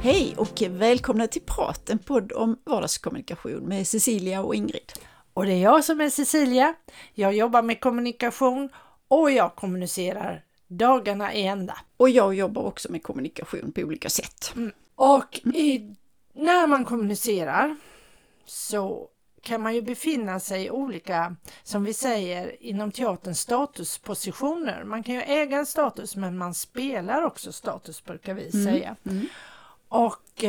Hej och välkomna till Prat, en podd om vardagskommunikation med Cecilia och Ingrid. Och det är jag som är Cecilia. Jag jobbar med kommunikation och jag kommunicerar dagarna i ända. Och jag jobbar också med kommunikation på olika sätt. Och när man kommunicerar så kan man ju befinna sig i olika, som vi säger inom teatern, statuspositioner. Man kan ju äga en status, men man spelar också status, brukar vi säga. Och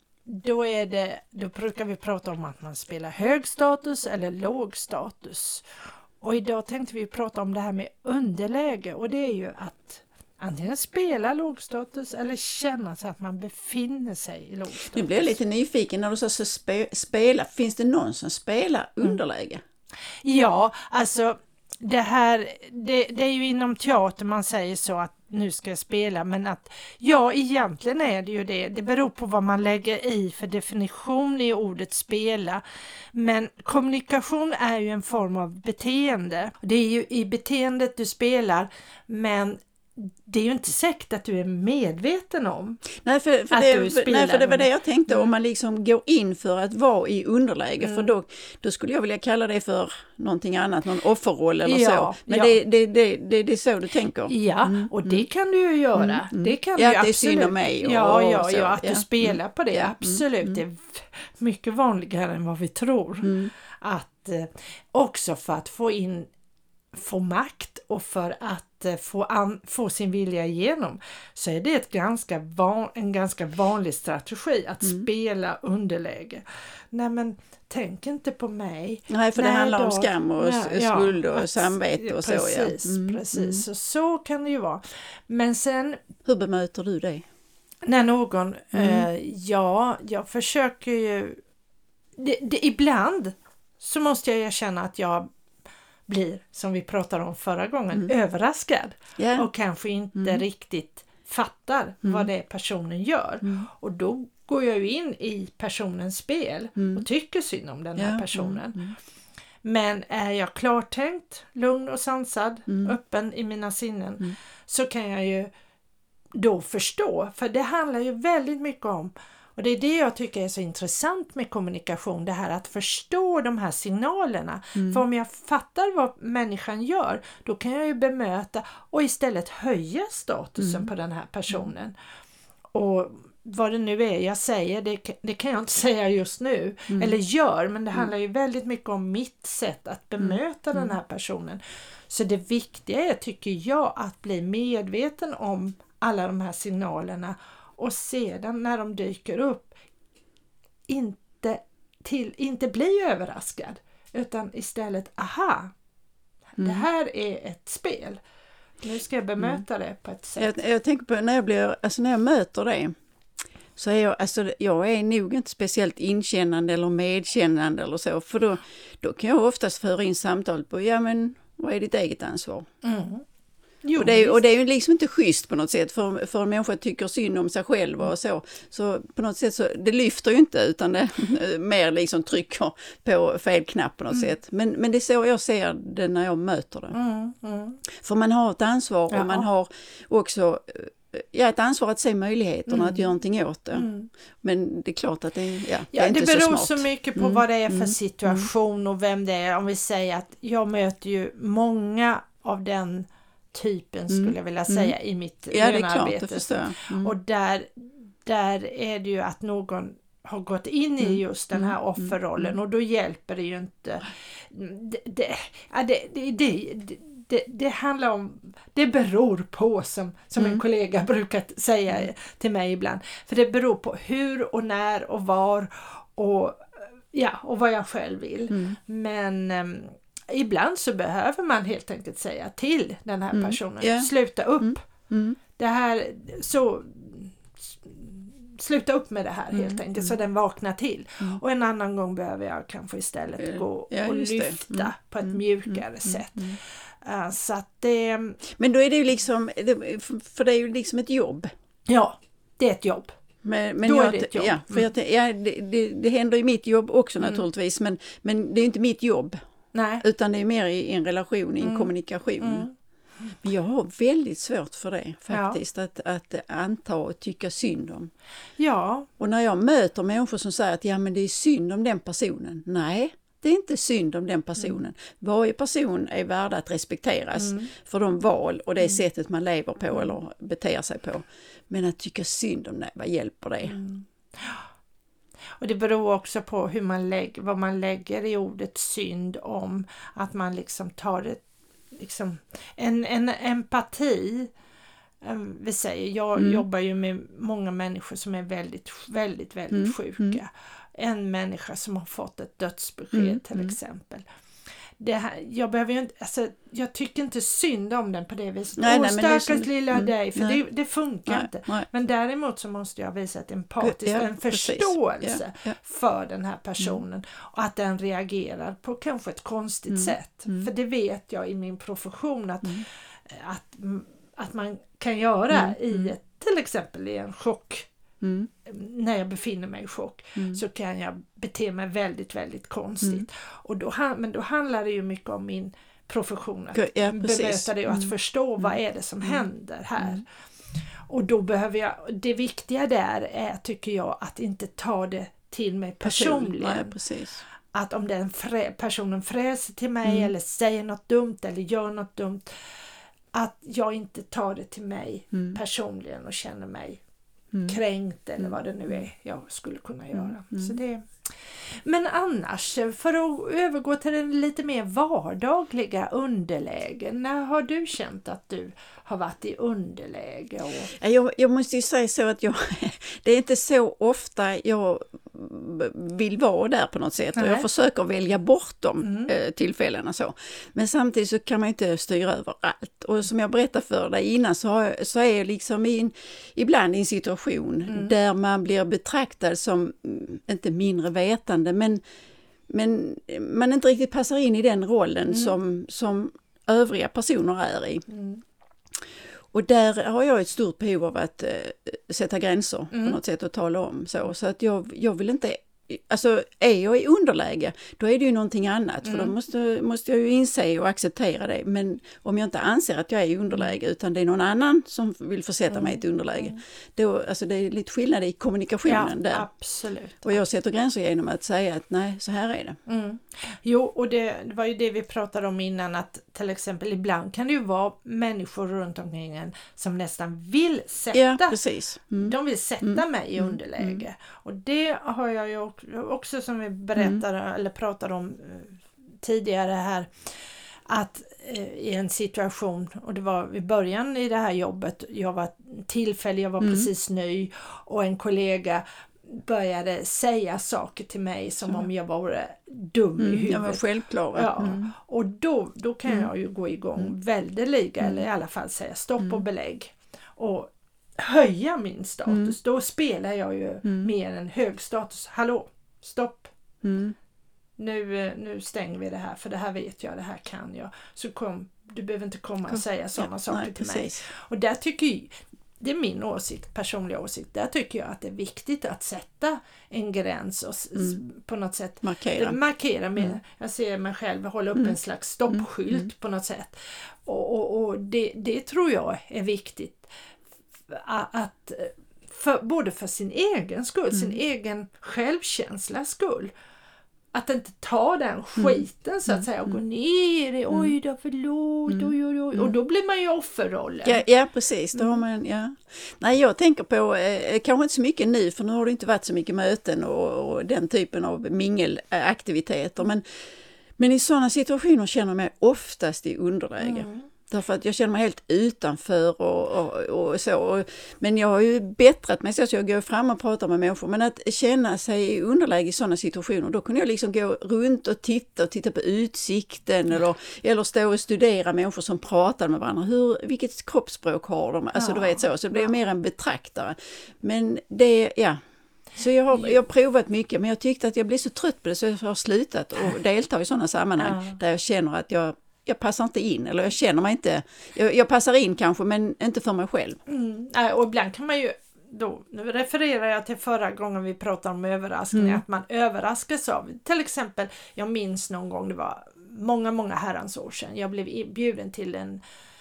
då brukar vi prata om att man spelar hög status eller låg status. Och idag tänkte vi prata om det här med underläge, och det är ju att antingen spela låg status eller känna sig att man befinner sig i låg status. Nu blir jag lite nyfiken när du sa spela. Finns det någon som spelar underläge? Ja, alltså det är ju inom teater man säger så att nu ska jag spela, men att ja, egentligen är det ju det. Det beror på vad man lägger i för definition i ordet spela. Men kommunikation är ju en form av beteende. Det är ju i beteendet du spelar, men det är ju inte säkert att du är medveten om Nej, för det var det jag tänkte. Om man liksom går in för att vara i underläge, för då skulle jag vilja kalla det för någonting annat, någon offerroll eller så. Men det är så du tänker. Ja, och det kan du ju göra. Det kan du det är absolut. synd om mig. Att du spelar på det, absolut. Det är mycket vanligare än vad vi tror. Att också för att få makt och för att få sin vilja igenom, så är det en ganska vanlig strategi att spela underläge. Nej, men tänk inte på mig. Nej, för det handlar om skam och skuld och samvete och precis, så. Precis, så kan det ju vara. Men sen... Hur bemöter du det? När någon... jag försöker ju... Ibland så måste jag erkänna att jag blir, som vi pratade om förra gången, överraskad. Och kanske inte riktigt fattar vad det är personen gör. Och då går jag ju in i personens spel och tycker synd om den här personen. Men är jag klartänkt, lugn och sansad, öppen i mina sinnen, så kan jag ju då förstå. För det handlar ju väldigt mycket om, och det är det jag tycker är så intressant med kommunikation, det här att förstå de här signalerna. För om jag fattar vad människan gör, då kan jag ju bemöta och istället höja statusen på den här personen. Och vad det nu är jag säger, det kan jag inte säga just nu, eller gör, men det handlar ju väldigt mycket om mitt sätt att bemöta den här personen. Så det viktiga är, tycker jag, att bli medveten om alla de här signalerna. Och sedan när de dyker upp inte bli överraskad, utan istället, det här är ett spel. Nu ska jag bemöta det på ett sätt. Jag tänker på när jag möter det, så är jag är nog inte speciellt inkännande eller medkännande eller så, för då kan jag oftast föra in samtal på, vad är ditt eget ansvar? Jo, och det är ju liksom inte schysst på något sätt, för en människa tycker synd om sig själv och så på något sätt, så det lyfter ju inte, utan det mer liksom trycker på fel knapp på något sätt. Men det är så jag ser det när jag möter det. För man har ett ansvar och man har också ett ansvar att se möjligheterna att göra någonting åt det. Men det är klart att det är inte så smart. Det beror så mycket på vad det är för situation och vem det är. Om vi säger att jag möter ju många av den typen, skulle jag vilja säga, i mitt lönearbete. Och där är det ju att någon har gått in i just den här offerrollen, och då hjälper det ju inte. Det handlar om, det beror på, som en kollega brukar säga till mig ibland. För det beror på hur och när och var och vad jag själv vill. Men ibland så behöver man helt enkelt säga till den här personen, sluta upp. Det här, så sluta upp med det här helt enkelt, så den vaknar till. Och en annan gång behöver jag kanske istället gå och lyfta på ett mjukare sätt. Så att det... Men då är det ju liksom, för det är ju liksom ett jobb. Ja, det är ett jobb. Men då är det ett jobb. Ja, för det händer i mitt jobb också naturligtvis, men det är ju inte mitt jobb. Nej. Utan det är mer i en relation, i en kommunikation. Men jag har väldigt svårt för det faktiskt, att anta och tycka synd om. Ja. Och när jag möter människor som säger att ja, men det är synd om den personen. Nej, det är inte synd om den personen. Varje person är värd att respekteras för de val och det sättet man lever på eller beter sig på. Men att tycka synd om det, vad hjälper det? Och det beror också på hur vad man lägger i ordet synd om. Att man liksom tar det, liksom, en empati. Vi säger, jag jobbar ju med många människor som är väldigt, väldigt, väldigt sjuka. En människa som har fått ett dödsbesked till exempel. Det här, jag tycker inte synd om den på det viset. Stackars lilla dig, för det funkar inte. Nej. Men däremot så måste jag visa ett empatiskt, en förståelse för den här personen. Och att den reagerar på kanske ett konstigt sätt. För det vet jag i min profession att man kan göra till exempel i en chock. När jag befinner mig i chock så kan jag bete mig väldigt, väldigt konstigt. Och men då handlar det ju mycket om min profession att bemöta det och att förstå vad är det som händer här. Och då behöver det viktiga där är, tycker jag, att inte ta det till mig personligen. Att om den personen fräser till mig eller säger något dumt eller gör något dumt, att jag inte tar det till mig personligen och känner mig kränkt eller vad det nu är jag skulle kunna göra. Så det. Men annars, för att övergå till den lite mer vardagliga underläge, när har du känt att du har varit i underläge? Jag måste ju säga så att det är inte så ofta jag vill vara där på något sätt. Och jag försöker välja bort de tillfällena så. Men samtidigt så kan man inte styra över allt. Och som jag berättade för dig innan så är jag liksom ibland i en situation där man blir betraktad som inte mindre vetande, men man inte riktigt passar in i den rollen som övriga personer är i. Och där har jag ett stort behov av att sätta gränser på något sätt och tala om så att jag vill inte, alltså är jag i underläge då är det ju någonting annat för då måste jag ju inse och acceptera det, men om jag inte anser att jag är i underläge utan det är någon annan som vill försätta mig i ett underläge då, alltså det är lite skillnad i kommunikationen där. Absolut. Och jag sätter gränser genom att säga att nej, så här är det. Jo, och det var ju det vi pratade om innan, att till exempel ibland kan det ju vara människor runt omkring en som nästan vill sätta de vill sätta mig i underläge. Och det har jag ju också, som vi berättade eller pratade om tidigare här, att i en situation, och det var i början i det här jobbet, jag var precis ny och en kollega började säga saker till mig som om jag var dum i huvudet. Jag var självklar. Och då kan jag ju gå igång väldeliga eller i alla fall säga stopp och belägg och höja min status. Då spelar jag ju mer en hög status. Hallå, stopp. Nu stänger vi det här, för det här vet jag, det här kan jag. Så du behöver inte komma och säga sådana saker till mig. Och där tycker jag, det är min personliga åsikt, där tycker jag att det är viktigt att sätta en gräns och på något sätt markera med. Jag ser mig själv hålla upp en slags stoppskylt på något sätt. Och det tror jag är viktigt att både för sin egen skull, sin egen självkänslas skull, att inte ta den skiten så att säga och gå ner i oj då, förlåt, oj. Och då blir man ju offerrollen. Ja precis, då har man, Nej, jag tänker på, kanske inte så mycket nu, för nu har det inte varit så mycket möten och den typen av mingelaktiviteter, men i sådana situationer känner jag mig oftast i underläge. Därför att jag känner mig helt utanför och så. Men jag har ju bättrat mig så jag går fram och pratar med människor. Men att känna sig i underläge i sådana situationer, då kunde jag liksom gå runt och titta på utsikten eller stå och studera människor som pratar med varandra. Vilket kroppsspråk har de? Alltså du vet så det blir mer en betraktare. Men det, så jag har provat mycket, men jag tyckte att jag blev så trött på det så jag har slutat att delta i sådana sammanhang där jag känner att jag passar inte in, eller jag känner mig inte, jag passar in kanske, men inte för mig själv. Och ibland kan man ju, nu refererar jag till förra gången vi pratade om överraskning, att man överraskas av, till exempel, jag minns någon gång, det var många herrans år sedan, jag blev bjuden till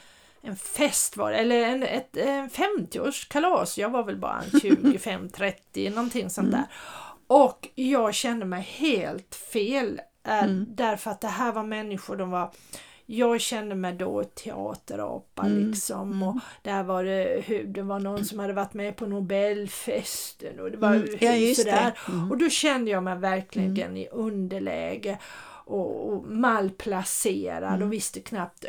en fest var det, eller en 50-årskalas. Jag var väl bara 25-30, någonting sånt där. Och jag kände mig helt fel. Därför att det här var människor, jag kände mig då teaterapa liksom. Och där var det var någon som hade varit med på Nobelfesten. Och det var sådär. Och då kände jag mig verkligen i underläge. Och malplacerad och visste knappt.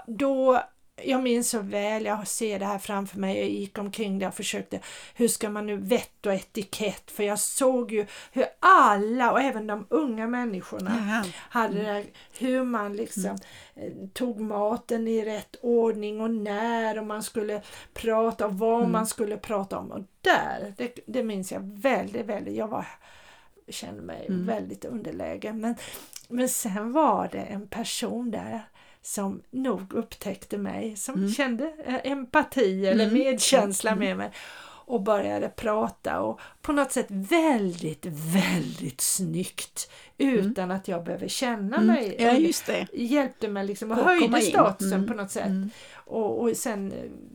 Jag minns så väl, jag ser det här framför mig, jag gick omkring där och försökte, hur ska man nu vett och etikett, för jag såg ju hur alla, och även de unga människorna hade det, hur man liksom tog maten i rätt ordning och när, och man skulle prata och vad man skulle prata om, och där, det minns jag väldigt, väldigt, kände mig väldigt underläge, men sen var det en person där som nog upptäckte mig, som kände empati eller medkänsla med mig och började prata, och på något sätt väldigt, väldigt snyggt utan att jag behöver känna mig. Ja, just det. Hjälpte mig liksom och höjde statusen på något sätt. Och sen,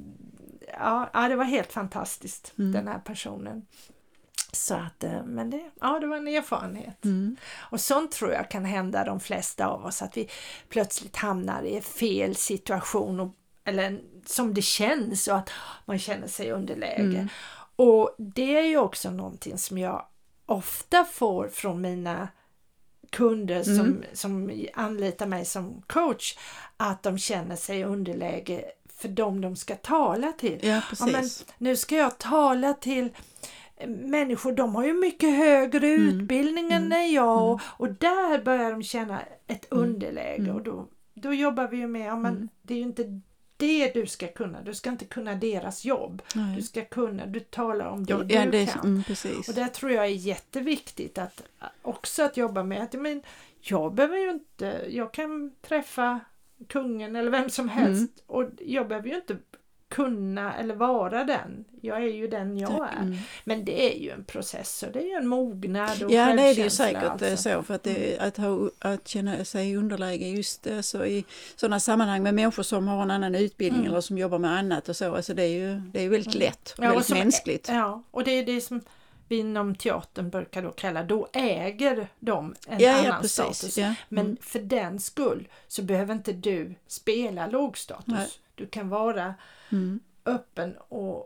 det var helt fantastiskt, den här personen. Så att, men det var en erfarenhet. Och sånt tror jag kan hända de flesta av oss, att vi plötsligt hamnar i fel situation, eller som det känns, och att man känner sig underläge. Och det är ju också någonting som jag ofta får från mina kunder som anlitar mig som coach, att de känner sig underläge för de ska tala till. Ja, precis. Men nu ska jag tala till människor, de har ju mycket högre utbildning än jag, och där börjar de känna ett underläge, och då jobbar vi ju med, men det är ju inte det du ska kunna, du ska inte kunna deras jobb. Du ska kunna, du talar om det du kan. Precis. Och det tror jag är jätteviktigt att jobba med, att jag behöver ju inte, jag kan träffa kungen eller vem som helst, och jag behöver ju inte kunna eller vara den. Jag är ju den jag är. Men det är ju en process, och det är ju en mognad och självkänsla. Ja, det är det ju säkert så, för att att känna sig i underläge just så i sådana sammanhang med människor som har en annan utbildning eller som jobbar med annat och så. Alltså det är ju väldigt lätt och väldigt mänskligt. Ja, och det är det som vi inom teatern brukar då kalla, då äger de en annan status. Ja. Men för den skull så behöver inte du spela lågstatus. Nej. Du kan vara öppen och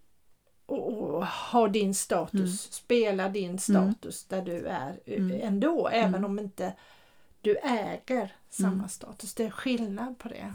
ha din status, spela din status där du är ändå, även om inte du äger samma status. Det är skillnad på det.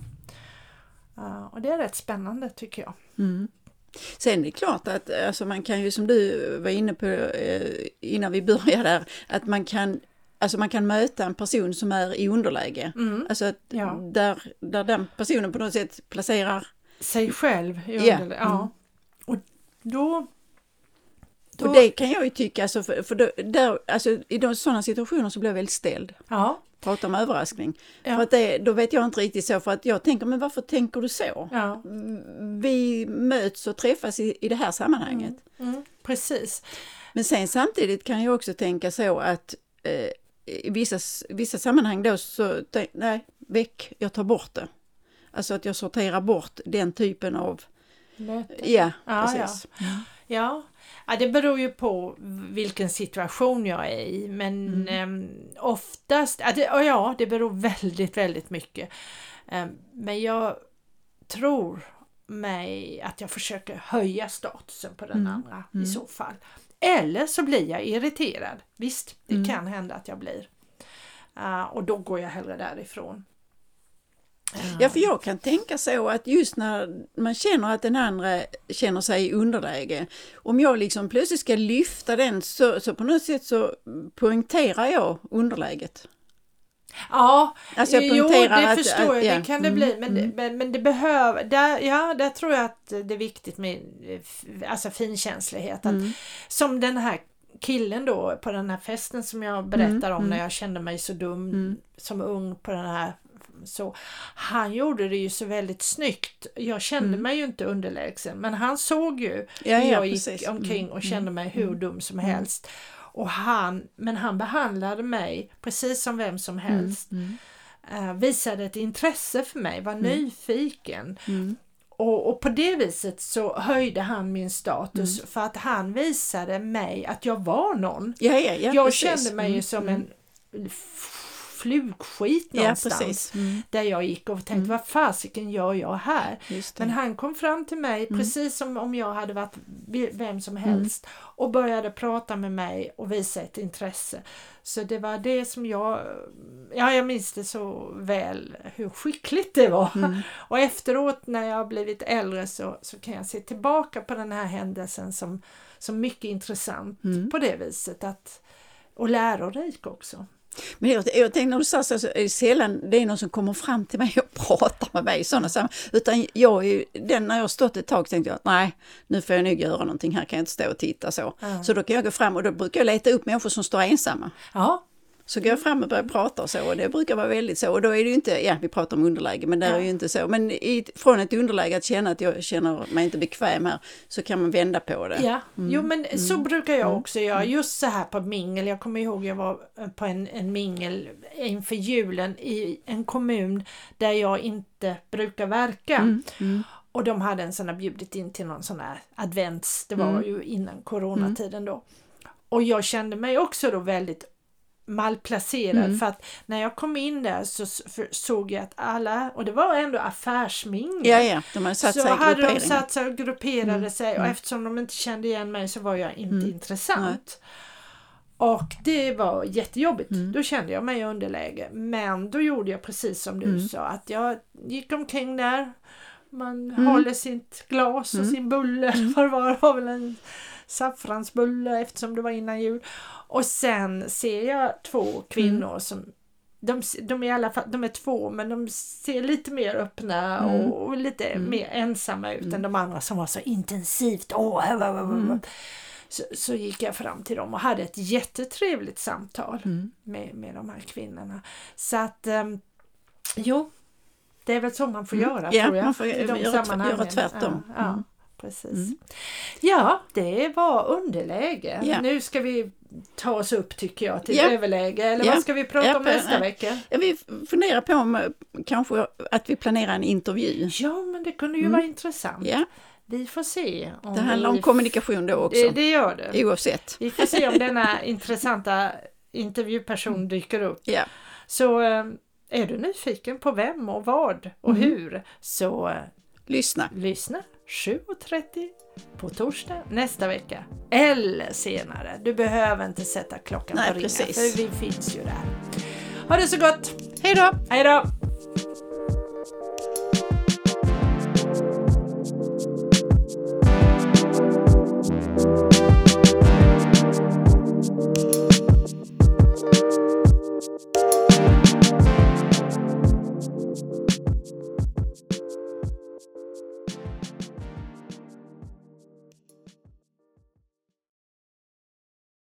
Och det är rätt spännande, tycker jag. Sen är det klart att alltså man kan ju, som du var inne på innan vi började där, att man kan möta en person som är i underläge. Alltså att där den personen på något sätt placerar sig själv i underläge. Ja. Och då och det kan jag ju tycka, alltså, alltså, i sådana situationer så blir jag väldigt ställd. Ja. Prata om överraskning. Ja. För att då vet jag inte riktigt så, för att jag tänker, men varför tänker du så? Ja. Vi möts och träffas i det här sammanhanget. Precis. Men sen samtidigt kan jag också tänka så att i vissa sammanhang då så, jag tar bort det. Alltså att jag sorterar bort den typen av möten. Ja, precis. Ja, det beror ju på vilken situation jag är i, men oftast, det beror väldigt, väldigt mycket. Men jag tror mig att jag försöker höja statusen på den andra i så fall. Eller så blir jag irriterad. Visst, det kan hända att jag blir. Och då går jag hellre därifrån. Ja, för jag kan tänka så att just när man känner att den andra känner sig i underläge, om jag liksom plötsligt ska lyfta den så på något sätt så poängterar jag underläget. Ja, alltså det förstår jag, det kan det bli, men det behöver, där tror jag att det är viktigt med alltså finkänslighet, att, som den här killen då på den här festen som jag berättar om när jag kände mig så dum som ung på den här, så han gjorde det ju så väldigt snyggt. Jag kände mig ju inte underlägsen, men han såg ju hur jag gick omkring och kände mig hur dum som helst. Och men han behandlade mig precis som vem som helst. Visade ett intresse för mig, var nyfiken. Och på det viset så höjde han min status för att han visade mig att jag var någon. Jag precis. kände mig ju som en flugskit någonstans där jag gick och tänkte vad fasiken gör jag här? Men han kom fram till mig precis som om jag hade varit vem som helst och började prata med mig och visa ett intresse. Så det var det som jag minns det så väl hur skickligt det var. Och efteråt när jag har blivit äldre så kan jag se tillbaka på den här händelsen som mycket intressant på det viset och lärorik också. Men jag tänkte när du sa så är det sällan det är någon som kommer fram till mig och pratar med mig i sådana sammanhang. Utan jag är ju den när jag har stått ett tag tänkte jag nej, nu får jag nog göra någonting här, kan jag inte stå och titta så. Så då kan jag gå fram och då brukar jag leta upp människor som står ensamma. Ja. Så går jag fram och börjar prata och så och det brukar vara väldigt så och då är det ju inte, vi pratar om underläge men det är ju inte så. Men från ett underläge att känna att jag känner mig inte bekväm här så kan man vända på det. Ja, jo men så brukar jag också göra just så här på mingel. Jag kommer ihåg jag var på en mingel inför julen i en kommun där jag inte brukar verka. Och de hade en sån här bjudit in till någon sån här advents, det var ju innan coronatiden då. Och jag kände mig också då väldigt malplacerad för att när jag kom in där så såg jag att alla, och det var ändå affärsmingel. De hade satt så sig hade de satt sig och grupperade sig och eftersom de inte kände igen mig så var jag inte intressant. Och det var jättejobbigt. Då kände jag mig i underläge. Men då gjorde jag precis som du sa. Att jag gick omkring där. Man håller sitt glas och sin bulle. För det var väl en saffransbulle eftersom det var innan jul. Och sen ser jag två kvinnor som de är i alla fall, de är två men de ser lite mer öppna och lite mer ensamma ut än de andra som var så intensivt. Så gick jag fram till dem och hade ett jättetrevligt samtal med de här kvinnorna. Så att det är väl så man får göra tror jag. Man får göra tvärtom. Ja, precis. Ja, det var underläge. Ja. Nu ska vi ta oss upp tycker jag till överläge. Eller vad ska vi prata om nästa vecka? Vi funderar på om kanske att vi planerar en intervju. Ja, men det kunde ju vara intressant. Ja. Vi får se. Det handlar om kommunikation då också. Det gör det. Oavsett. Vi får se om denna intressanta intervjuperson dyker upp. Ja. Så är du nyfiken på vem och vad och hur så lyssna 7:30 på torsdag nästa vecka. Eller senare. Du behöver inte sätta klockan på ringa. För vi finns ju där. Ha det så gott. Hej då. Hej då.